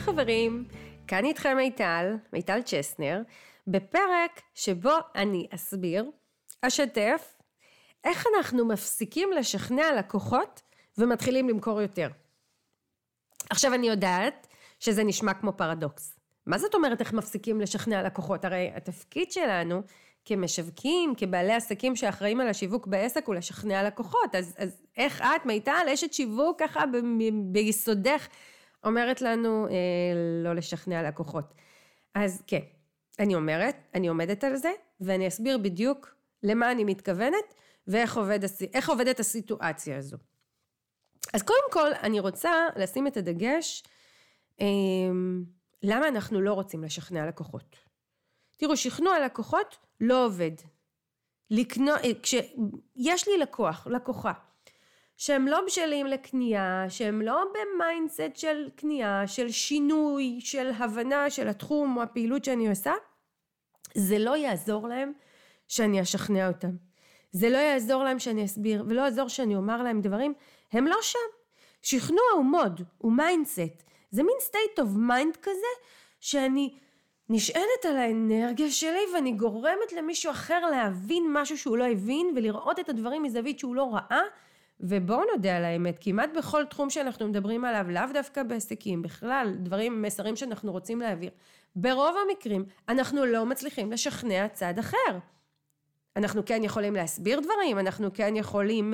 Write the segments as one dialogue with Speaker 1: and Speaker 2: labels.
Speaker 1: חברים, כאן איתכם מיטל צ'סנר, בפרק שבו אני אסביר, אשתף, איך אנחנו מפסיקים לשכנע לקוחות ומתחילים למכור יותר. עכשיו אני יודעת שזה נשמע כמו פרדוקס. מה זאת אומרת איך מפסיקים לשכנע לקוחות? הרי התפקיד שלנו כמשווקים, כבעלי עסקים שאחראים על השיווק בעסק הוא לשכנע לקוחות. אז איך את, מיטל, אשת שיווק ככה ביסודך, אומרת לנו לא לשכנע לקוחות. אז כן, אני עומדת על זה, ואני אסביר בדיוק למה אני מתכוונת, ואיך עובדת הסיטואציה הזו. אז קודם כל, אני רוצה לשים את הדגש, למה אנחנו לא רוצים לשכנע לקוחות. תראו, שכנוע לקוחות לא עובד. כשיש לי לקוחה, שהם לא בשלים לקנייה, שהם לא במיינדסט של קנייה, של שינוי, של הבנה של התחום או הפעילות שאני עושה, זה לא יעזור להם שאני אשכנע אותם. זה לא יעזור להם שאני אסביר, ולא יעזור שאני אומר להם דברים, הם לא שם. שכנוע הוא מוד, הוא מיינדסט. זה מין state of mind כזה, שאני נשענת על האנרגיה שלי, ואני גורמת למישהו אחר להבין משהו שהוא לא הבין, ולראות את הדברים מזווית שהוא לא ראה, ובואו נודה על האמת, כמעט בכל תחום שאנחנו מדברים עליו, לאו דווקא בעסקים, בכלל, דברים, מסרים שאנחנו רוצים להעביר. ברוב המקרים, אנחנו לא מצליחים לשכנע צד אחר. אנחנו כן יכולים להסביר דברים, אנחנו כן יכולים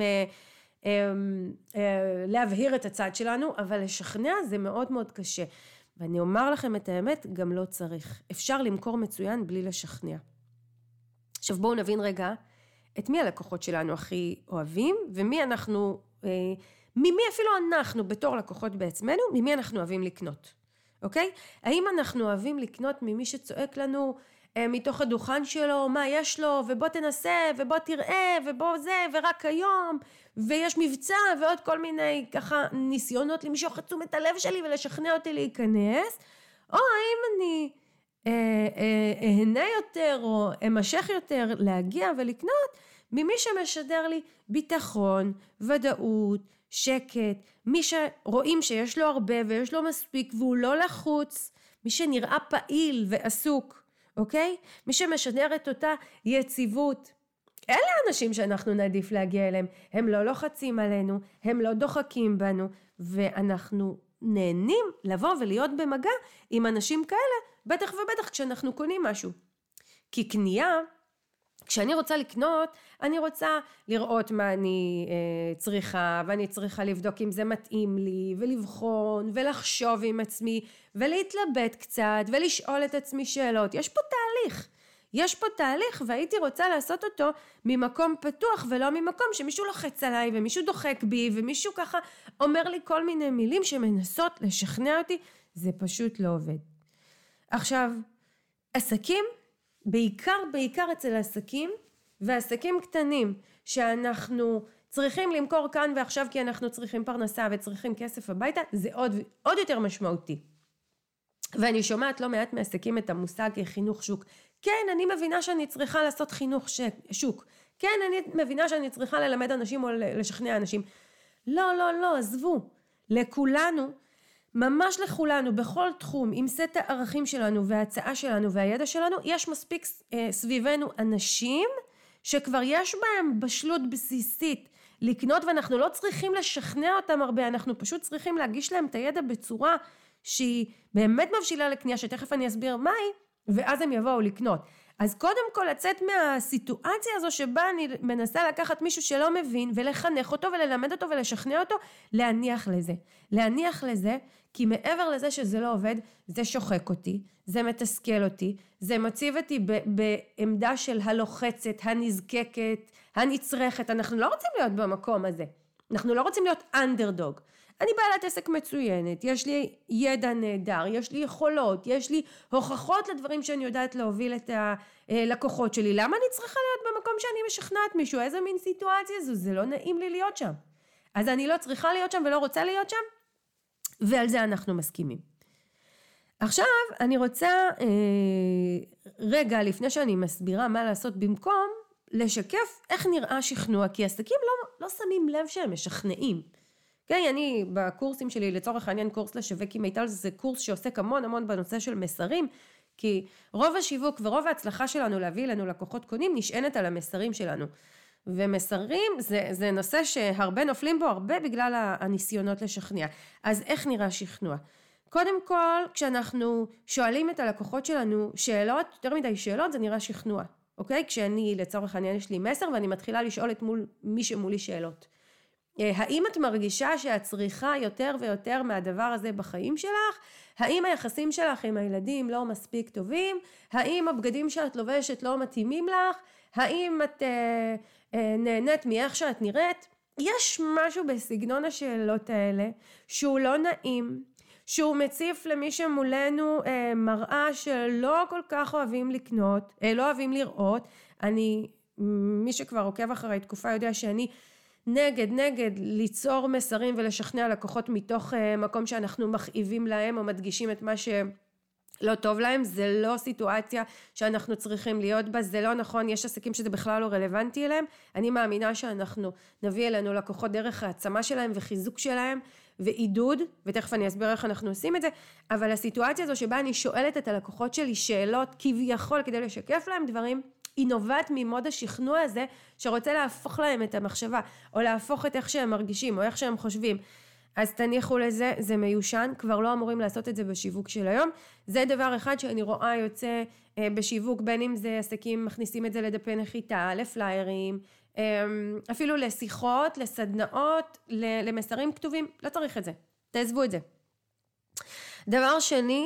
Speaker 1: להבהיר את הצד שלנו, אבל לשכנע זה מאוד מאוד קשה. ואני אומר לכם את האמת, גם לא צריך. אפשר למכור מצוין בלי לשכנע. עכשיו בואו נבין רגע, את מי הלקוחות שלנו הכי אוהבים, ומי אנחנו, ממי אפילו אנחנו בתור לקוחות בעצמנו, ממי אנחנו אוהבים לקנות. אוקיי? האם אנחנו אוהבים לקנות ממי שצועק לנו מתוך הדוכן שלו, מה יש לו, ובוא תנסה, ובוא תראה, ובוא זה, ורק היום, ויש מבצע, ועוד כל מיני ככה ניסיונות למשוך את תשומת הלב שלי, ולשכנע אותי להיכנס, או האם אני אהנה יותר, או אמשך יותר להגיע ולקנות, ממי שמשדר לי ביטחון, ודאות, שקט, מי שרואים שיש לו הרבה, ויש לו מספיק, והוא לא לחוץ, מי שנראה פעיל ועסוק, אוקיי? מי שמשדר את אותה יציבות. אלה האנשים שאנחנו נעדיף להגיע אליהם. הם לא לוחצים עלינו, הם לא דוחקים בנו, ואנחנו נהנים לבוא ולהיות במגע עם אנשים כאלה, בטח ובטח כשאנחנו קונים משהו. כי קנייה, כשאני רוצה לקנות, אני רוצה לראות מה אני צריכה, ואני צריכה לבדוק אם זה מתאים לי, ולבחון, ולחשוב עם עצמי, ולהתלבט קצת, ולשאול את עצמי שאלות. יש פה תהליך, והייתי רוצה לעשות אותו ממקום פתוח, ולא ממקום שמישהו לוחץ עליי, ומישהו דוחק בי, ומישהו ככה אומר לי כל מיני מילים שמנסות לשכנע אותי, זה פשוט לא עובד. עכשיו, עסקים, בעיקר אצל עסקים, ועסקים קטנים, שאנחנו צריכים למכור כאן ועכשיו, כי אנחנו צריכים פרנסה וצריכים כסף הביתה, זה עוד יותר משמעותי. ואני שומעת לא מעט מעסקים את המושג חינוך שוק. כן, אני מבינה שאני צריכה לעשות חינוך שוק. כן, אני מבינה שאני צריכה ללמד אנשים או לשכנע אנשים. לא, עזבו. לכולנו, ממש לכולנו, בכל תחום, עם סט הערכים שלנו וההצעה שלנו והידע שלנו, יש מספיק סביבנו אנשים שכבר יש בהם בשלות בסיסית לקנות, ואנחנו לא צריכים לשכנע אותם הרבה, אנחנו פשוט צריכים להגיש להם את הידע בצורה שהיא באמת מבשילה לקנייה, שתכף אני אסביר מהי, ואז הם יבואו לקנות. אז קודם כל לצאת מהסיטואציה הזו שבה אני מנסה לקחת מישהו שלא מבין ולחנך אותו וללמד אותו ולשכנע אותו, להניח לזה, כי מעבר לזה שזה לא עובד, זה שוחק אותי, זה מתסכל אותי, זה מציב אותי בעמדה של הלוחצת, הנזקקת, הנצרכת. אנחנו לא רוצים להיות במקום הזה, אנחנו לא רוצים להיות אנדרדוג. אני בעלת עסק מצוינת, יש לי ידע נהדר, יש לי יכולות, יש לי הוכחות לדברים שאני יודעת להוביל את הלקוחות שלי. למה אני צריכה להיות במקום שאני משכנעת מישהו? איזה מין סיטואציה זו? זה לא נעים לי להיות שם. אז אני לא צריכה להיות שם ולא רוצה להיות שם, ועל זה אנחנו מסכימים. עכשיו אני רוצה רגע לפני שאני מסבירה מה לעשות במקום, לשקף איך נראה שכנוע, כי עסקים לא שמים לב שהם משכנעים. אוקיי, אני בקורסים שלי, לצורך העניין קורס לשווק עם מיטל, זה קורס שעוסק המון בנושא של מסרים, כי רוב השיווק ורוב ההצלחה שלנו להביא אלינו לקוחות קונים נשענת על המסרים שלנו. ומסרים זה נושא שהרבה נופלים בו, הרבה בגלל הניסיונות לשכנע. אז איך נראה שכנוע? קודם כל, כשאנחנו שואלים את הלקוחות שלנו שאלות, יותר מדי שאלות, זה נראה שכנוע. אוקיי? כשאני לצורך העניין יש לי מסר ואני מתחילה לשאול את מי שמולי שאלות. האם את מרגישה שאת צריכה יותר ויותר מהדבר הזה בחיים שלך? האם היחסים שלך עם הילדים לא מספיק טובים? האם הבגדים שאת לובשת לא מתאימים לך? האם את נהנית מאיך שאת נראית? יש משהו בסגנון השאלות האלה שהוא לא נעים, שהוא מציף למי שמולנו מראה שלא כל כך אוהבים לקנות, לא אוהבים לראות. מי שכבר עוקב אחרי תקופה יודע שאני נגד ליצור מסרים ולשכנע לקוחות מתוך מקום שאנחנו מכאיבים להם או מדגישים את מה שלא טוב להם. זה לא סיטואציה שאנחנו צריכים להיות בה, זה לא נכון, יש עסקים שזה בכלל לא רלוונטי אליהם. אני מאמינה שאנחנו נביא אלינו לקוחות דרך העצמה שלהם וחיזוק שלהם ועידוד, ותכף אני אסביר איך אנחנו עושים את זה, אבל הסיטואציה הזו שבה אני שואלת את הלקוחות שלי שאלות כביכול כדי לשקף להם דברים, היא נובעת ממוד השכנוע הזה שרוצה להפוך להם את המחשבה, או להפוך את איך שהם מרגישים, או איך שהם חושבים. אז תניחו לזה, זה מיושן, כבר לא אמורים לעשות את זה בשיווק של היום. זה דבר אחד שאני רואה יוצא בשיווק, בין אם זה עסקים מכניסים את זה לדפי נחיתה, לפליירים, אפילו לשיחות, לסדנאות, למסרים כתובים, לא צריך את זה, תעזבו את זה. דבר שני,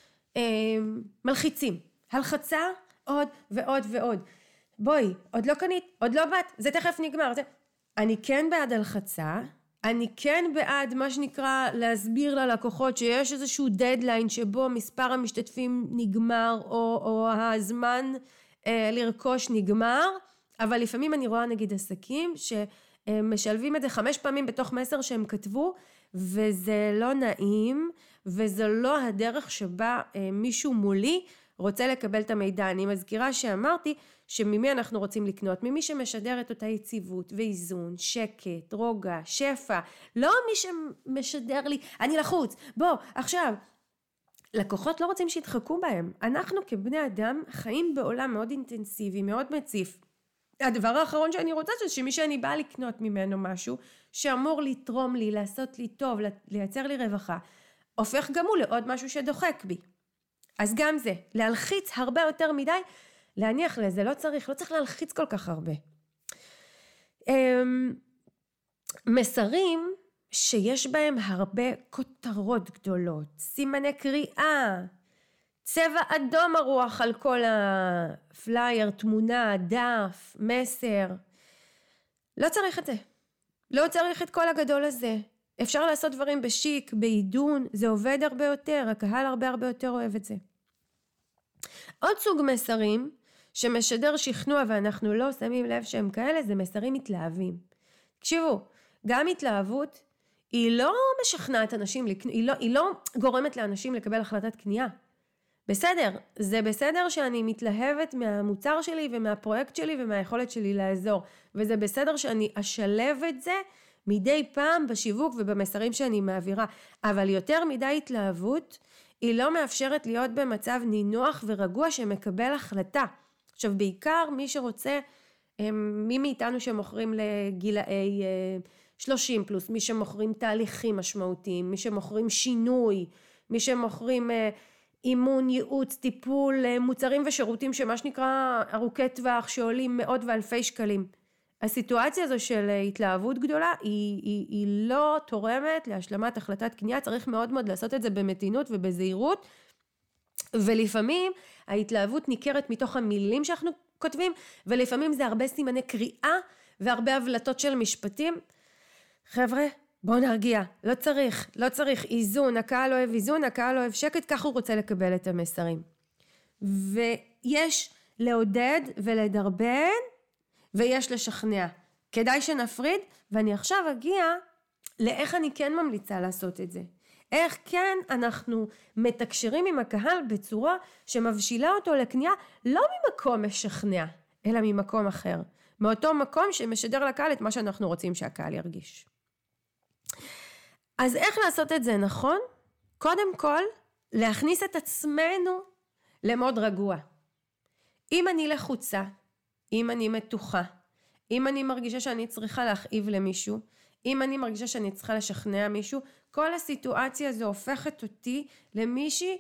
Speaker 1: מלחיצים, הלחצה עוד ועוד ועוד. בואי, עוד לא קנית, עוד לא באת, זה תכף נגמר. אני כן בעד הלחצה, אני כן בעד מה שנקרא להסביר ללקוחות שיש איזשהו דדליין שבו מספר המשתתפים נגמר או הזמן לרכוש נגמר, אבל לפעמים אני רואה נגיד עסקים שמשלבים את זה 5 פעמים בתוך מסר שהם כתבו, וזה לא נעים, וזה לא הדרך שבה מישהו מולי רוצה לקבל את המידע. אני מזכירה שאמרתי שממי אנחנו רוצים לקנות, ממי שמשדר את אותה יציבות ואיזון, שקט, רוגע, שפע, לא מי שמשדר לי, אני לחוץ, בוא, עכשיו, לקוחות לא רוצים שידחקו בהם. אנחנו כבני אדם חיים בעולם מאוד אינטנסיבי, מאוד מציף. הדבר האחרון שאני רוצה זה שמי שאני באה לקנות ממנו משהו, שאמור לתרום לי, לעשות לי טוב, לייצר לי רווחה, הופך גם הוא לעוד משהו שדוחק בי. אז גם זה, להלחיץ הרבה יותר מדי, להניח לזה, לא צריך להלחיץ כל כך הרבה. מסרים שיש בהם הרבה כותרות גדולות, סימני קריאה, צבע אדום הרוח על כל הפלייר, תמונה, דף, מסר. לא צריך את זה. לא צריך את כל הגדול הזה. אפשר לעשות דברים בשיק, בעידון, זה עובד הרבה יותר, הקהל הרבה יותר אוהב את זה. עוד סוג מסרים שמשדר שכנוע ואנחנו לא שמים לב שהם כאלה, זה מסרים מתלהבים. תקשיבו, גם התלהבות היא לא משכנעת אנשים, היא לא גורמת לאנשים לקבל החלטת קנייה. בסדר, זה בסדר שאני מתלהבת מהמוצר שלי ומהפרויקט שלי ומהיכולת שלי לעזור, וזה בסדר שאני אשלב את זה מדי פעם בשיווק ובמסרים שאני מעבירה, אבל יותר מדי התלהבות היא לא מאפשרת להיות במצב נינוח ורגוע שמקבל החלטה. עכשיו בעיקר מי שרוצה, מי מאיתנו שמוכרים לגילאי 30 פלוס, מי שמוכרים תהליכים משמעותיים, מי שמוכרים שינוי, מי שמוכרים אימון, ייעוץ, טיפול, מוצרים ושירותים שמה שנקרא ארוכי טווח שעולים מאות ואלפי שקלים. הסיטואציה הזו של התלהבות גדולה היא לא תורמת להשלמת החלטת קנייה, צריך מאוד מאוד לעשות את זה במתינות ובזהירות, ולפעמים ההתלהבות ניכרת מתוך המילים שאנחנו כותבים, ולפעמים זה הרבה סימני קריאה והרבה הבלטות של משפטים. חבר'ה, בואו נרגיע, לא צריך איזון, הקהל אוהב איזון, הקהל אוהב שקט, כך הוא רוצה לקבל את המסרים. ויש לעודד ולדרבן, ויש לשכנע. כדאי שנפריד, ואני עכשיו אגיע לאיך אני כן ממליצה לעשות את זה. איך כן אנחנו מתקשרים עם הקהל בצורה שמבשילה אותו לקנייה, לא ממקום משכנע, אלא ממקום אחר. מאותו מקום שמשדר לקהל את מה שאנחנו רוצים שהקהל ירגיש. אז איך לעשות את זה נכון? קודם כל, להכניס את עצמנו למוד רגוע. אם אני לחוצה, אם אני מתוחה, אם אני מרגישה שאני צריכה להכאיב למישהו, אם אני מרגישה שאני צריכה לשכנע מישהו, כל הסיטואציה הזו הופכת אותי למישהי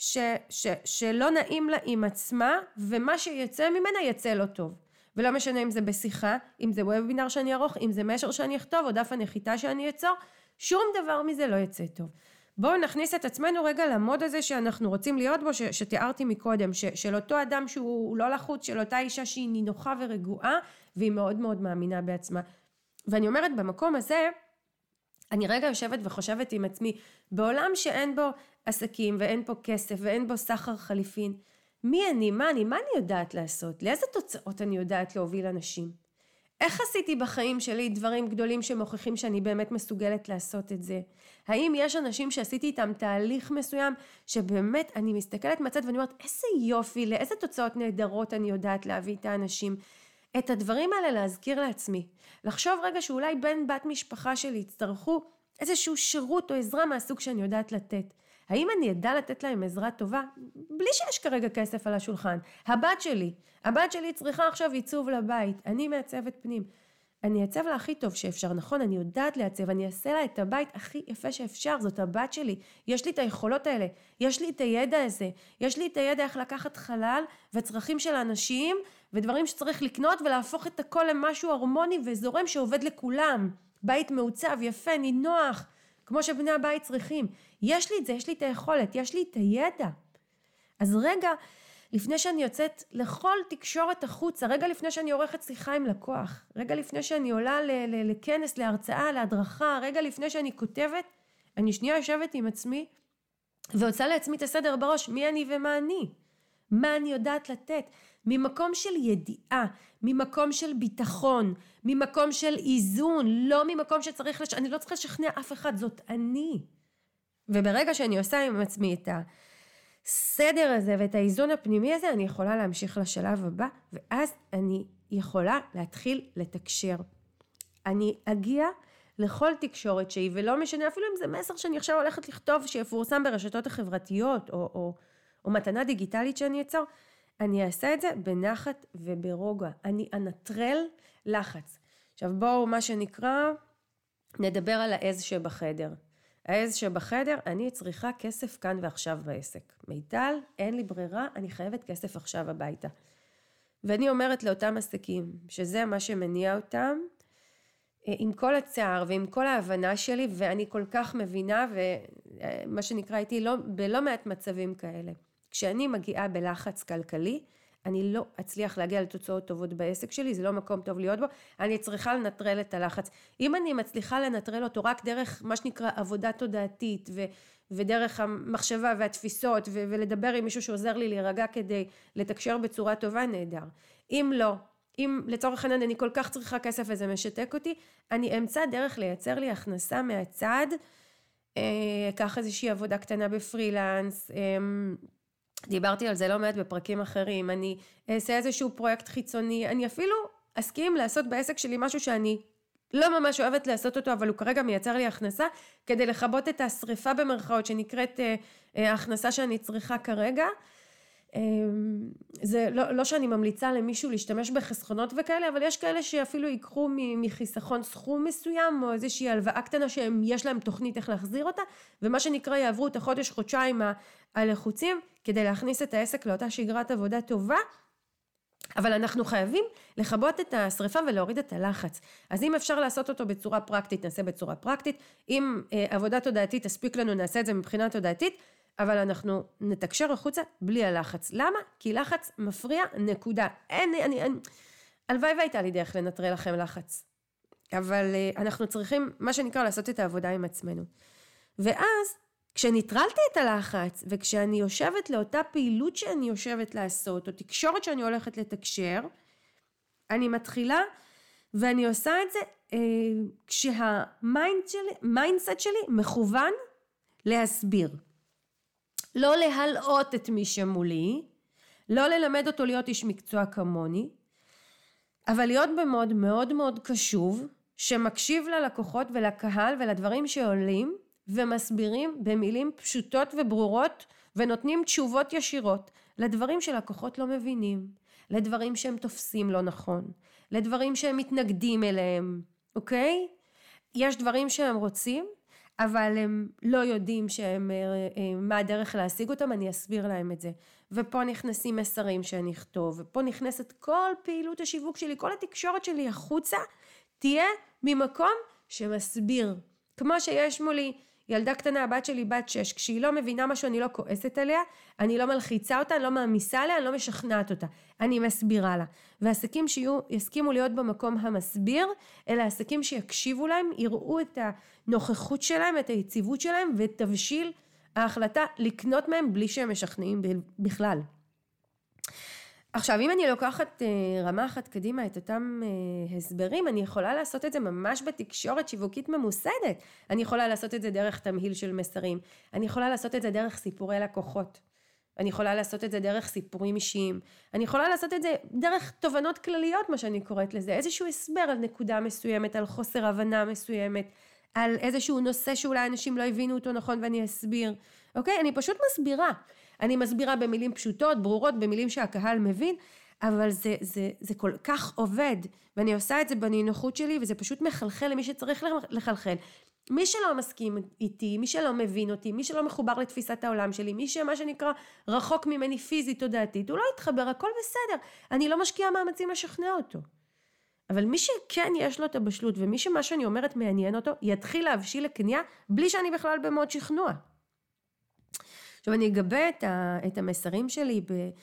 Speaker 1: שלא נעים לה עם עצמה, ומה שיצא ממנה יצא לא טוב. ולא משנה אם זה בשיחה, אם זה וובינר שאני ארוך, אם זה משהו שאני אכתוב, או דף הנחיתה שאני אצור, שום דבר מזה לא יצא טוב. בואו נכניס את עצמנו רגע למוד הזה שאנחנו רוצים להיות בו, שתיארתי מקודם, של אותו אדם שהוא לא לחוץ, של אותה אישה שהיא נינוחה ורגועה, והיא מאוד מאוד מאמינה בעצמה. ואני אומרת, במקום הזה, אני רגע יושבת וחושבת עם עצמי, בעולם שאין בו עסקים, ואין פה כסף, ואין בו סחר חליפין, מי אני, מה אני יודעת לעשות? לאיזה תוצאות אני יודעת להוביל אנשים? איך עשיתי בחיים שלי דברים גדולים שמוכיחים שאני באמת מסוגלת לעשות את זה? האם יש אנשים שעשיתי איתם תהליך מסוים שבאמת אני מסתכלת מהצד ואני אומרת איזה יופי, לאיזה תוצאות נהדרות אני יודעת להביא את האנשים? את הדברים האלה להזכיר לעצמי. לחשוב רגע שאולי בן בת משפחה שלי יצטרכו איזשהו שירות או עזרה מהסוג שאני יודעת לתת. האם אני ידע לתת להם עזרה טובה? בלי שיש כרגע כסף על השולחן. הבת שלי צריכה עכשיו עיצוב לבית. אני מעצבת פנים. אני אעצב לה הכי טוב שאפשר, נכון? אני יודעת לעצב, אני אעשה לה את הבית הכי יפה שאפשר, זאת הבת שלי. יש לי את היכולות האלה, יש לי את הידע הזה, יש לי את הידע איך לקחת חלל וצרכים של אנשים, ודברים שצריך לקנות ולהפוך את הכל למשהו הרמוני וזורם שעובד לכולם. בית מעוצב, יפה, נינוח. כמו שבני הבית צריכים. יש לי את זה, יש לי את היכולת, יש לי את הידע. אז רגע, לפני שאני יוצאת לכל תקשורת החוצה, רגע לפני שאני עורכת שיחה עם לקוח, רגע לפני שאני עולה לכנס, להרצאה, להדרכה, רגע לפני שאני כותבת, אני שנייה יושבת עם עצמי, ועושה לעצמי את הסדר בראש, מי אני ומה אני? מה אני יודעת לתת? ממקום של ידיעה, ממקום של ביטחון, ממקום של איזון, לא ממקום שצריך, אני לא צריכה לשכנע אף אחד, זאת אני. וברגע שאני עושה עם עצמי את הסדר הזה ואת האיזון הפנימי הזה, אני יכולה להמשיך לשלב הבא, ואז אני יכולה להתחיל לתקשר. אני אגיע לכל תקשורת שהיא, ולא משנה אפילו אם זה מסר שאני עכשיו הולכת לכתוב שיפורסם ברשתות החברתיות, או מתנה דיגיטלית שאני אצור, אני אעשה את זה בנחת וברוגע. אני אנטרל לחץ. עכשיו בואו, מה שנקרא, נדבר על העז שבחדר. העז שבחדר, אני צריכה כסף כאן ועכשיו בעסק. מיטל, אין לי ברירה, אני חייבת כסף עכשיו הביתה. ואני אומרת לאותם עסקים, שזה מה שמניע אותם, עם כל הצער ועם כל ההבנה שלי, ואני כל כך מבינה, ומה שנקרא איתי, בלא מעט מצבים כאלה. כשאני מגיעה בלחץ כלכלי, אני לא אצליח להגיע לתוצאות טובות בעסק שלי, זה לא מקום טוב להיות בו, אני צריכה לנטרל את הלחץ. אם אני מצליחה לנטרל אותו רק דרך מה שנקרא עבודה תודעתית, ודרך המחשבה והתפיסות, ולדבר עם מישהו שעוזר לי להירגע כדי לתקשר בצורה טובה, נהדר. אם לא, אם לצורך העניין אני כל כך צריכה כסף וזה משתק אותי, אני אמצא דרך לייצר לי הכנסה מהצד, כך איזושהי עבודה קטנה בפרילנס, דיברתי על זה לא מעט בפרקים אחרים, אני אעשה איזשהו פרויקט חיצוני, אני אפילו אסכים לעשות בעסק שלי משהו שאני לא ממש אוהבת לעשות אותו, אבל הוא כרגע מייצר לי הכנסה, כדי לחבות את השריפה במרכאות שנקראת ההכנסה שאני צריכה כרגע. זה לא שאני ממליצה למישהו להשתמש בחסכונות וכאלה, אבל יש כאלה שאפילו ייקחו מחיסכון סכום מסוים, או איזושהי הלוואה קטנה שיש להם תוכנית איך להחזיר אותה, ומה שנקרא יעברו את החודש, חודשיים הלחוצים, כדי להכניס את העסק לאותה שגרת עבודה טובה, אבל אנחנו חייבים לכבות את השריפה ולהוריד את הלחץ. אז אם אפשר לעשות אותו בצורה פרקטית, נעשה בצורה פרקטית, אם עבודה תודעתית תספיק לנו, נעשה את זה מבחינה תודעתית, אבל אנחנו נתקשר החוצה בלי הלחץ. למה? כי לחץ מפריע, נקודה. הלוואי והייתה לי דרך לנטרל לכם לחץ. אבל אנחנו צריכים, מה שנקרא, לעשות את העבודה עם עצמנו. ואז, כשנטרלתי את הלחץ, וכשאני יושבת לאותה פעילות שאני יושבת לעשות, או תקשורת שאני הולכת לתקשר, אני מתחילה, ואני עושה את זה, כשהמיינדסט שלי מכוון להסביר. לא להלאות את מי שמולי, לא ללמד אותו להיות איש מקצוע כמוני, אבל להיות במוד מאוד מאוד קשוב, שמקשיב ללקוחות ולקהל ולדברים שעולים, ומסבירים במילים פשוטות וברורות, ונותנים תשובות ישירות לדברים שלקוחות לא מבינים, לדברים שהם תופסים לא נכון, לדברים שהם מתנגדים אליהם, אוקיי? יש דברים שהם רוצים, אבל הם לא יודעים מה הדרך להשיג אותם, אני אסביר להם את זה. ופה נכנסים מסרים שאני אכתוב, ופה נכנסת כל פעילות השיווק שלי, כל התקשורת שלי החוצה, תהיה ממקום שמסביר. כמו שיש מולי ילדה קטנה, הבת שלי בת 6, כשהיא לא מבינה משהו אני לא כועסת עליה, אני לא מלחיצה אותה, אני לא מעמיסה עליה, אני לא משכנעת אותה, אני מסבירה לה. ועסקים יסכימו להיות במקום המסביר, אלה עסקים שיקשיבו להם, יראו את הנוכחות שלהם, את היציבות שלהם, ותבשיל ההחלטה לקנות מהם בלי שהם משכנעים בכלל. עכשיו, אם אני לוקחת רמה אחת קדימה את אותם הסברים, אני יכולה לעשות את זה ממש בתקשורת שיווקית ממוסדת. אני יכולה לעשות את זה דרך תמהיל של מסרים. אני יכולה לעשות את זה דרך סיפורי לקוחות. אני יכולה לעשות את זה דרך סיפורים אישיים. אני יכולה לעשות את זה דרך תובנות כלליות, מה שאני קוראת לזה. איזשהו הסבר על נקודה מסוימת, על חוסר הבנה מסוימת, על איזשהו נושא שאולי אנשים לא הבינו אותו נכון ואני אסביר. אוקיי? אני פשוט מסבירה. אני מסבירה במילים פשוטות, ברורות, במילים שהקהל מבין, אבל זה כל כך עובד, ואני עושה את זה בנינוחות שלי, וזה פשוט מחלחל למי שצריך לחלחל. מי שלא מסכים איתי, מי שלא מבין אותי, מי שלא מחובר לתפיסת העולם שלי, מי שמה שנקרא רחוק ממני פיזית תודעתית, הוא לא יתחבר, הכל בסדר. אני לא משקיעה מאמצים לשכנע אותו. אבל מי שכן יש לו את הבשלות, ומי שמה שאני אומרת מעניין אותו, יתחיל להבשיל לקנייה, בלי שאני בכלל במוד שכנוע. עכשיו אני אגבה את המסרים שלי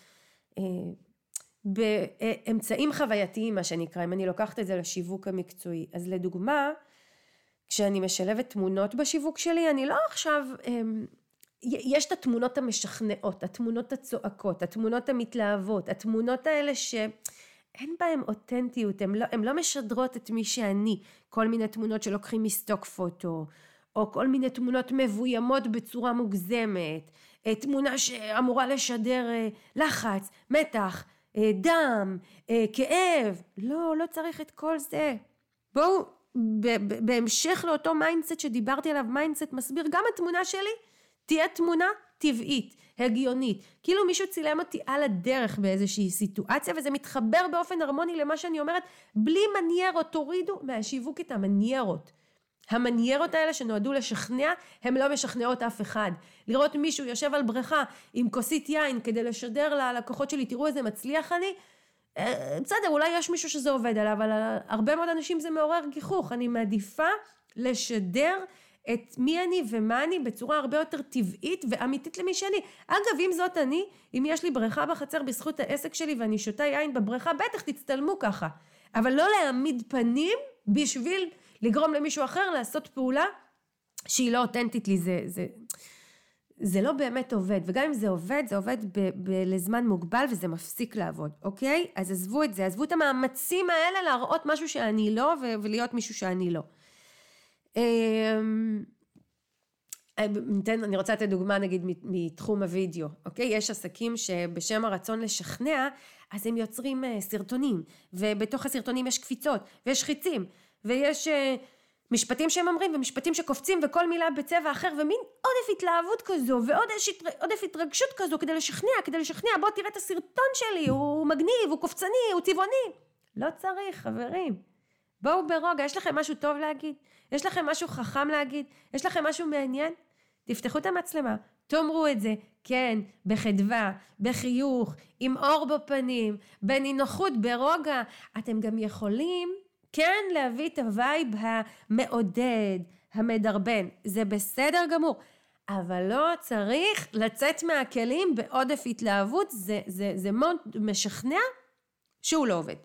Speaker 1: באמצעים חווייתיים, מה שנקרא, אם אני לוקחת את זה לשיווק המקצועי. אז לדוגמה, כשאני משלבת תמונות בשיווק שלי, אני לא עכשיו, יש את התמונות המשכנעות, התמונות הצועקות, התמונות המתלהבות, התמונות האלה שאין בהן אותנטיות, הן לא משדרות את מי שאני, כל מיני תמונות שלוקחים מסטוק פוטו, או כל מיני תמונות מבוימות בצורה מוגזמת, תמונה שאמורה לשדר לחץ, מתח, דם, כאב. לא צריך את כל זה. בואו, בהמשך לאותו מיינדסט שדיברתי עליו, מיינדסט מסביר, גם התמונה שלי תהיה תמונה טבעית, הגיונית. כאילו מישהו צילם אותי על הדרך באיזושהי סיטואציה, וזה מתחבר באופן הרמוני למה שאני אומרת, בלי מניירות, תורידו מהשיווק את המניירות. המניירות האלה שנועדו לשכנע, הם לא משכנעות אף אחד. לראות מישהו יושב על בריכה עם כוסית יין כדי לשדר ללקוחות שלי, תראו איזה מצליח אני, בסדר, אולי יש מישהו שזה עובד עליו, אבל הרבה מאוד אנשים זה מעורר גיחוך. אני מעדיפה לשדר את מי אני ומה אני בצורה הרבה יותר טבעית ואמיתית למי שאני. אגב, אם זאת אני, אם יש לי בריכה בחצר בזכות העסק שלי ואני שותה יין בבריכה, בטח תצטלמו ככה. אבל לא להעמיד פנים בשביל לגרום למישהו אחר לעשות פעולה שהיא לא אותנטית לי. זה לא באמת עובד, וגם אם זה עובד, זה עובד לזמן מוגבל וזה מפסיק לעבוד, אוקיי? אז עזבו את זה, עזבו את המאמצים האלה להראות משהו שאני לא ולהיות מישהו שאני לא. אני רוצה לתת דוגמה נגיד מתחום הוידאו, אוקיי? יש עסקים שבשם הרצון לשכנע, אז הם יוצרים סרטונים, ובתוך הסרטונים יש קפיצות, ויש חיצים, ויש משפטים שהם אומרים, ומשפטים שקופצים, וכל מילה בצבע אחר, ומין עודף התלהבות כזו, ועודף התרגשות כזו, כדי לשכנע, בוא תראה את הסרטון שלי, הוא מגניב, הוא קופצני, הוא צבעוני. לא צריך, חברים. בואו ברוגע, יש לכם משהו טוב להגיד? יש לכם משהו חכם להגיד? יש לכם משהו מעניין? תפתחו את המצלמה, תאמרו את זה, כן, בחדווה, בחיוך, עם אור בפנים, בנינוחות, ברוגע. אתם גם יכולים, כן, להביא את הווייב המעודד, המדרבן. זה בסדר גמור, אבל לא צריך לצאת מהכלים בעודף התלהבות, זה מאוד משכנע שהוא לא עובד.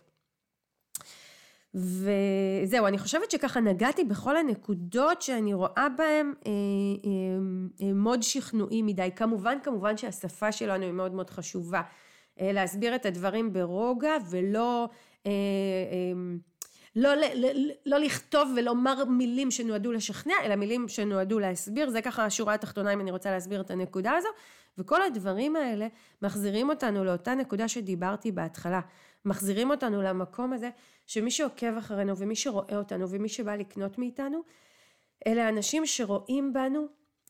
Speaker 1: וזהו, אני חושבת שככה נגעתי בכל הנקודות שאני רואה בהן מאוד שכנועי מדי. כמובן שהשפה שלנו היא מאוד מאוד חשובה. להסביר את הדברים ברוגע ולא לא לכתוב ולומר מילים שנועדו לשכנע, אלא מילים שנועדו להסביר. זה ככה השורה התחתונה אם אני רוצה להסביר את הנקודה הזו. וכל הדברים האלה מחזירים אותנו לאותה נקודה שדיברתי בהתחלה. מחזירים אותנו למקום הזה שמי שעוקב אחרינו ומי שרואה אותנו ומי שבא לקנות מאיתנו, אלה אנשים שרואים בנו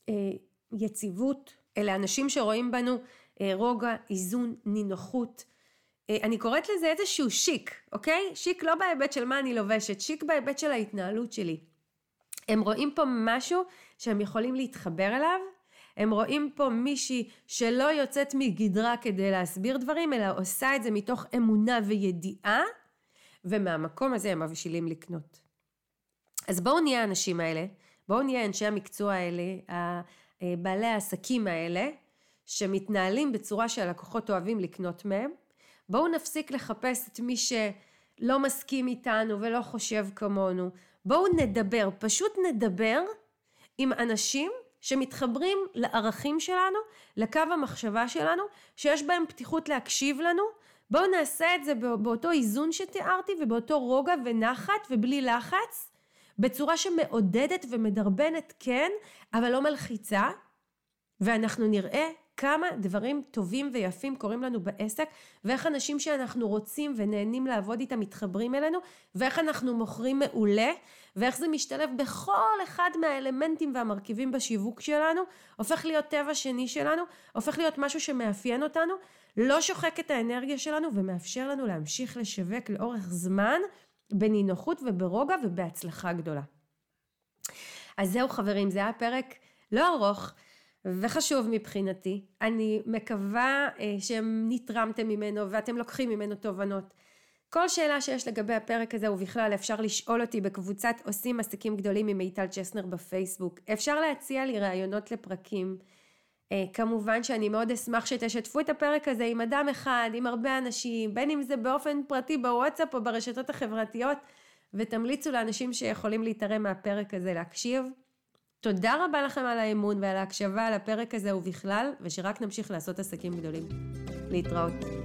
Speaker 1: יציבות, אלה אנשים שרואים בנו רוגע, איזון, נינוחות. אני קוראת לזה איזשהו שיק, אוקיי? שיק לא בהיבט של מה אני לובשת, שיק בהיבט של ההתנהלות שלי. הם רואים פה משהו שהם יכולים להתחבר אליו, הם רואים פה מישהי שלא יוצאת מגדרה כדי להסביר דברים, אלא עושה את זה מתוך אמונה וידיעה, ומהמקום הזה הם מבשילים לקנות. אז בואו נהיה האנשים האלה, בואו נהיה אנשי המקצוע האלה, בעלי העסקים האלה, שמתנהלים בצורה שהלקוחות אוהבים לקנות מהם. בואו נפסיק לחפש את מי שלא מסכים איתנו ולא חושב כמונו. בואו נדבר, פשוט נדבר עם אנשים שמתחברים לערכים שלנו, לקו המחשבה שלנו, שיש בהם פתיחות להקשיב לנו. בואו נעשה את זה באותו איזון שתיארתי, ובאותו רוגע ונחת ובלי לחץ, בצורה שמעודדת ומדרבנת כן, אבל לא מלחיצה, ואנחנו נראה כמה דברים טובים ויפים קורים לנו בעסק, ואיך אנשים שאנחנו רוצים ונהנים לעבוד איתם מתחברים אלינו, ואיך אנחנו מוכרים מעולה, ואיך זה משתלב בכל אחד מהאלמנטים והמרכיבים בשיווק שלנו, הופך להיות טבע שני שלנו, הופך להיות משהו שמאפיין אותנו, לא שוחק את האנרגיה שלנו, ומאפשר לנו להמשיך לשווק לאורך זמן, בנינוחות וברוגע ובהצלחה גדולה. אז זהו חברים, זה היה פרק לא ארוך, וחשוב מבחינתי. אני מקווה שנתרמתם ממנו ואתם לוקחים ממנו תובנות. כל שאלה שיש לגבי הפרק הזה ובכלל אפשר לשאול אותי בקבוצת עושים עסקים גדולים עם מיטל צ'סנר בפייסבוק. אפשר להציע לי רעיונות לפרקים. כמובן שאני מאוד אשמח שתשתפו את הפרק הזה עם אדם אחד, עם הרבה אנשים, בין אם זה באופן פרטי בוואטסאפ או ברשתות החברתיות, ותמליצו לאנשים שיכולים להתערם מהפרק הזה להקשיב. תודה רבה לכם על האמון ועל ההקשבה על הפרק הזה ובכלל, ושרק נמשיך לעשות עסקים גדולים. להתראות.